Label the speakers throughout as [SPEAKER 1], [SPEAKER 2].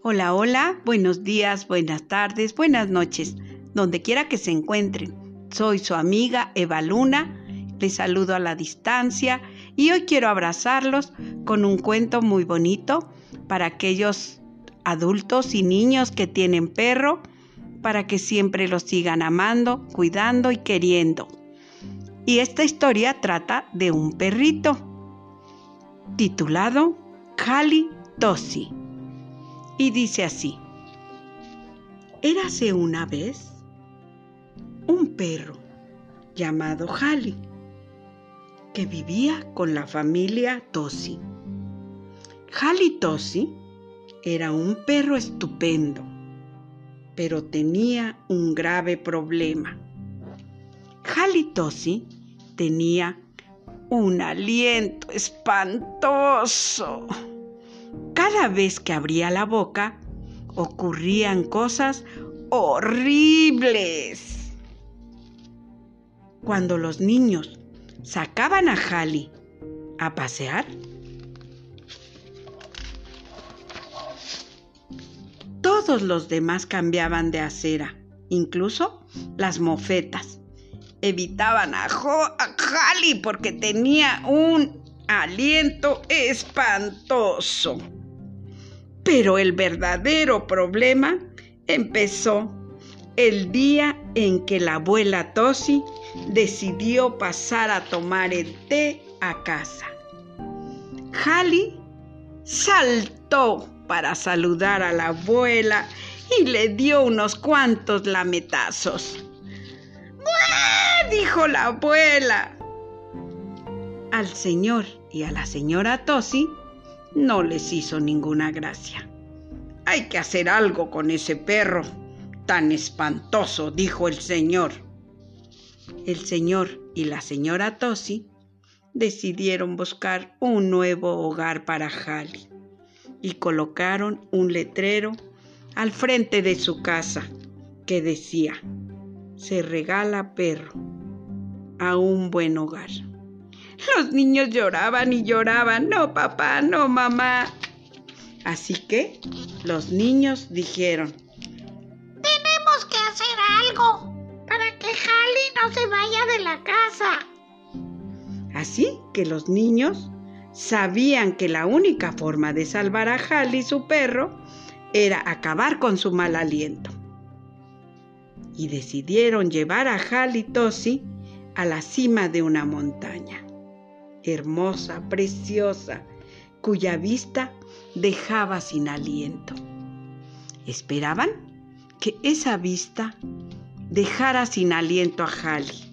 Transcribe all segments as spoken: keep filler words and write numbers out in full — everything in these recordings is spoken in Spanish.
[SPEAKER 1] Hola, hola, buenos días, buenas tardes, buenas noches, donde quiera que se encuentren. Soy su amiga Eva Luna, les saludo a la distancia y hoy quiero abrazarlos con un cuento muy bonito para aquellos adultos y niños que tienen perro, para que siempre los sigan amando, cuidando y queriendo. Y esta historia trata de un perrito titulado Hali Tosi. Y dice así: Érase una vez un perro llamado Hali que vivía con la familia Tosi. Hali Tosi era un perro estupendo, pero tenía un grave problema. Hali Tosi tenía un aliento espantoso. Cada vez que abría la boca, ocurrían cosas horribles. Cuando los niños sacaban a Hali a pasear, todos los demás cambiaban de acera, incluso las mofetas. Evitaban a, Jo- a Hali porque tenía un aliento espantoso. Pero el verdadero problema empezó el día en que la abuela Tosi decidió pasar a tomar el té a casa. Hali saltó para saludar a la abuela y le dio unos cuantos lametazos. ¡Buah!, dijo la abuela. Al señor y a la señora Tosi no les hizo ninguna gracia. Hay que hacer algo con ese perro tan espantoso, dijo el señor. El señor y la señora Tosi decidieron buscar un nuevo hogar para Hali y colocaron un letrero al frente de su casa que decía: se regala perro a un buen hogar. Los niños lloraban y lloraban: no papá, no mamá. Así que los niños dijeron:
[SPEAKER 2] Tenemos que hacer algo para que Hali no se vaya de la casa.
[SPEAKER 1] Así que los niños sabían que la única forma de salvar a Hali, su perro, era acabar con su mal aliento. Y decidieron llevar a Hali Tosi a la cima de una montaña, hermosa, preciosa, cuya vista dejaba sin aliento. Esperaban que esa vista dejara sin aliento a Hali.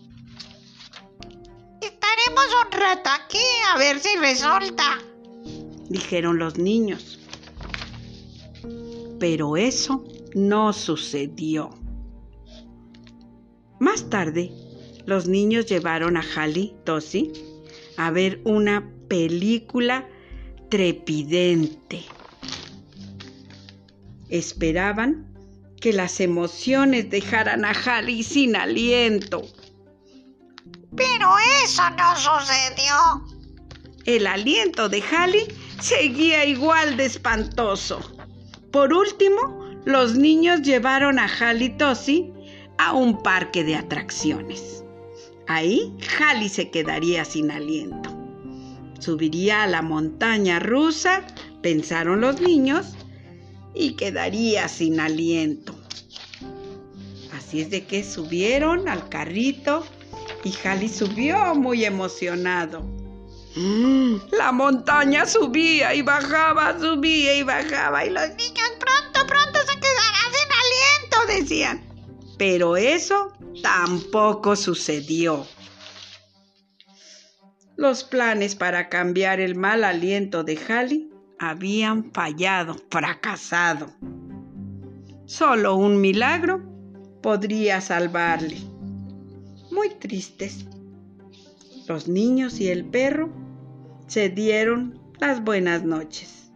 [SPEAKER 2] Estaremos un rato aquí a ver si resulta,
[SPEAKER 1] dijeron los niños. Pero eso no sucedió. Más tarde, los niños llevaron a Hali Tosi a ver una película trepidante. Esperaban que las emociones dejaran a Hali sin aliento.
[SPEAKER 2] pero eso no sucedió.
[SPEAKER 1] El aliento de Hali seguía igual de espantoso. Por último, los niños llevaron a Hali Tosi a un parque de atracciones. Ahí Hali se quedaría sin aliento. Subiría a la montaña rusa, pensaron los niños, y quedaría sin aliento. Así es de que subieron al carrito y Hali subió muy emocionado. ¡Mm! La montaña subía y bajaba, subía y bajaba, y los niños pronto, pronto se quedará sin aliento, decían. Pero eso tampoco sucedió. Los planes para cambiar el mal aliento de Hali habían fallado, fracasado. Solo un milagro podría salvarle. Muy tristes, los niños y el perro se dieron las buenas noches.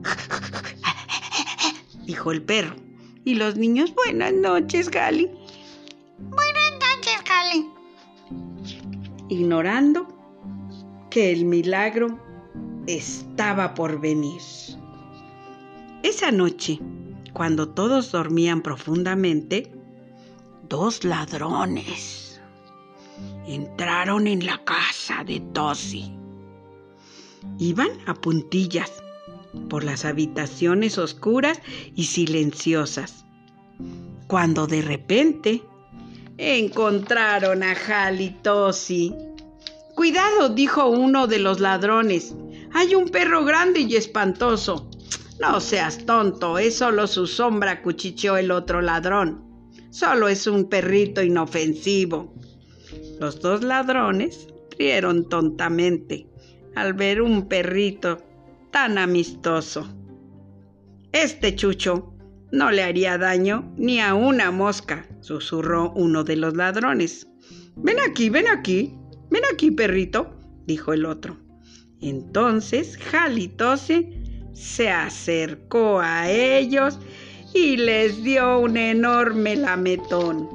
[SPEAKER 1] Dijo el perro. Y los niños: buenas noches, Hali.
[SPEAKER 2] Buenas noches, Hali.
[SPEAKER 1] Ignorando que el milagro estaba por venir. Esa noche, cuando todos dormían profundamente, dos ladrones entraron en la casa de Tosi. Iban a puntillas por las habitaciones oscuras y silenciosas, cuando de repente encontraron a Hal y Tosi. «Cuidado», dijo uno de los ladrones, «hay un perro grande y espantoso». «No seas tonto, es solo su sombra», cuchicheó el otro ladrón. «Solo es un perrito inofensivo». Los dos ladrones rieron tontamente al ver un perrito tan amistoso. «Este chucho no le haría daño ni a una mosca», susurró uno de los ladrones. «Ven aquí, ven aquí, ven aquí, perrito», dijo el otro. Entonces Hal y Tosi se acercó a ellos y les dio un enorme lametón.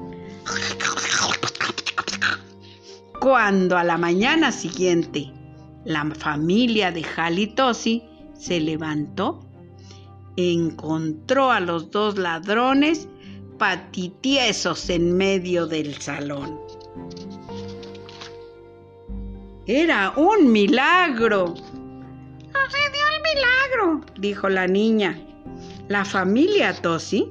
[SPEAKER 1] Cuando a la mañana siguiente la familia de Hal y Tosi se levantó, encontró a los dos ladrones patitiesos en medio del salón. ¡Era un milagro!
[SPEAKER 2] ¡Sucedió el milagro!,
[SPEAKER 1] dijo la niña. La familia Tosi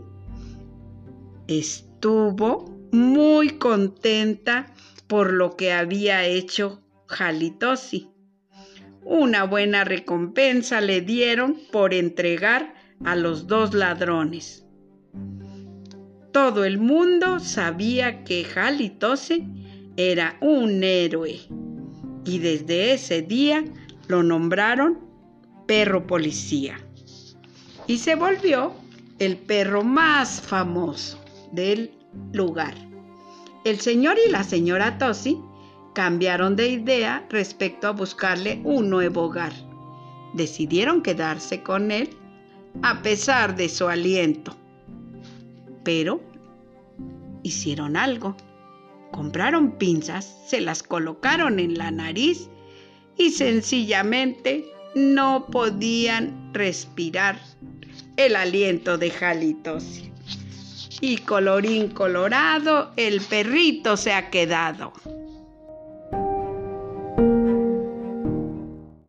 [SPEAKER 1] estuvo muy contenta por lo que había hecho Hal y Tosi. Una buena recompensa le dieron por entregar a los dos ladrones. Todo el mundo sabía que Hal y Tosi era un héroe y desde ese día lo nombraron perro policía y se volvió el perro más famoso del lugar. El señor y la señora Tosi cambiaron de idea respecto a buscarle un nuevo hogar. Decidieron quedarse con él a pesar de su aliento. Pero hicieron algo. Compraron pinzas, se las colocaron en la nariz y sencillamente no podían respirar el aliento de Hal y Tosi. Y colorín colorado, el perrito se ha quedado.